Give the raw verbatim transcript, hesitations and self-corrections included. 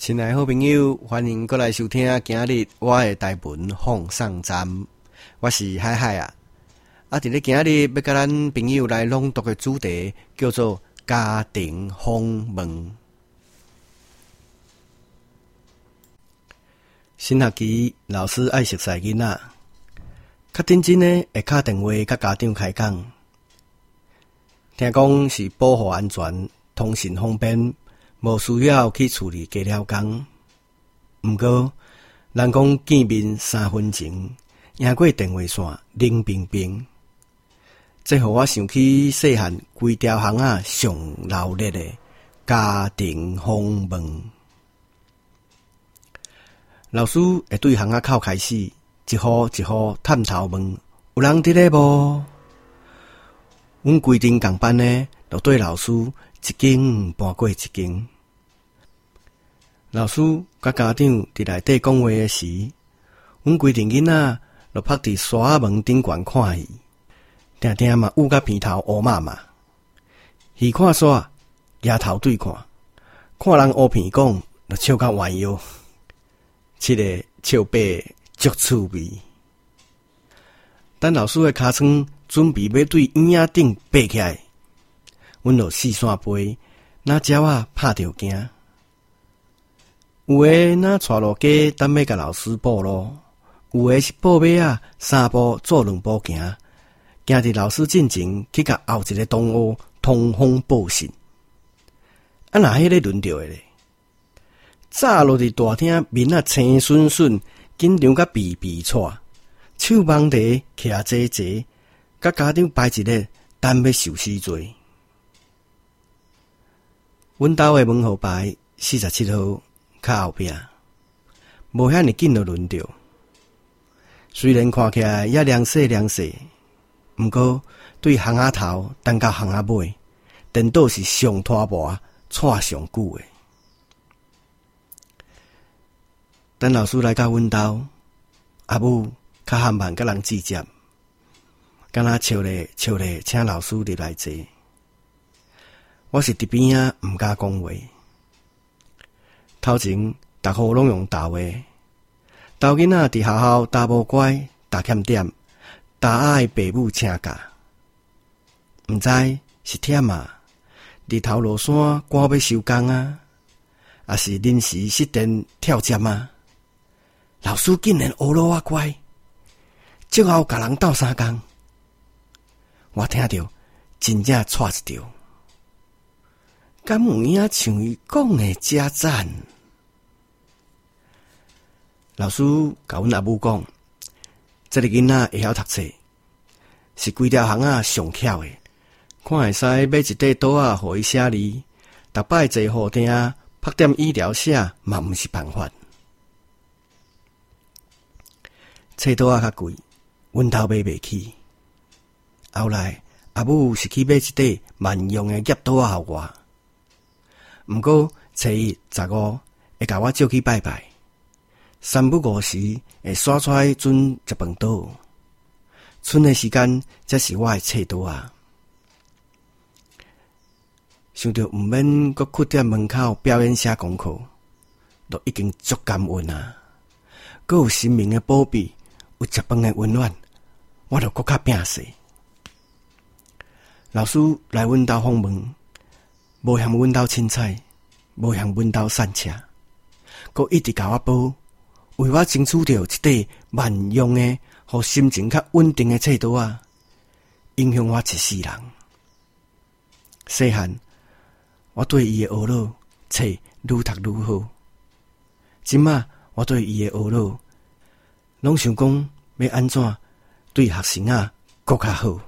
亲爱的好朋友，欢迎过来收听今日我的台文放送站，我是海海啊。啊，伫咧今日要甲咱朋友来朗读的主题叫做家庭访问。新学期老师爱熟悉囡仔，较认真的会敲电话甲家长开讲，听讲是保护安全、通信方便。无需要去处理加了工，毋过人讲见面三分情，赢过电话线冷冰冰。这互我想起细汉规条巷仔上闹热的家庭访问。老师会对巷仔口开始一户一户探头问：有人伫咧无？阮规定共班呢，就对老师一间搬过一间。老师甲家长伫内底讲话的时，阮规定囡仔就趴伫沙仔门顶悬看戏，定定嘛捂甲鼻头乌麻麻。戏看煞，举头对看，看人乌鼻讲，就笑甲弯腰。这个笑白足趣味。等老师的尻川准备要对椅仔顶爬起来，阮就四散飞，那鸟仔拍着惊。有诶，那带路家等要甲老师报路；有诶是报马仔三步做两步行，行伫老师进前去甲后一个同学通风报信。啊，若迄个轮到诶咧，早落伫大厅面啊青顺顺，紧张甲鼻鼻喘，手忙地徛坐坐，甲家长排一个等要受死罪。阮兜诶门号牌四十七号。较后壁，无遐尼紧就轮到。虽然看起来也凉细凉细，毋过对巷仔头等到巷仔尾，颠倒是上拖磨、踹上久诶。等老师来到阮兜，阿母较含慢甲人致接，敢若笑咧笑咧，请老师入来坐。我是伫边仔毋敢讲话。头前，逐户拢用投的，投囡仔伫学校打无乖、打欠点、打爱爸母请假，毋知是忝啊，日头落山赶要收工啊，还是临时失电跳针啊？老师竟然学了我乖，最后甲人斗相共，我听着真正错一条。敢有影像伊讲的遮赞？老师甲阮阿母讲，这个囡仔会晓读册，是规条巷仔上巧的，看会使买一块桌仔互伊写字，逐摆坐户顶拍点医疗写嘛毋是办法。册桌仔较贵，阮头买袂起。后来阿母是去买一块万用的叶桌仔互我。毋过初一、十五会甲我召去拜拜，三不五时会刷出来准食饭桌，剩的时间才是我的册桌啊。想着毋免阁屈在门口表演写功课，都已经足感恩啊！阁有神明的保庇，有食饭的温暖，我就阁较拼势。老师来阮兜访问。无向阮兜凊彩，无向阮兜散车，阁一直甲我报，为我争取着一块万用的、互心情较稳定的册桌啊，影响我一世人。细汉，我对伊的学老册愈读愈好，即马我对伊的学老，拢想讲要安怎对学生啊阁较好。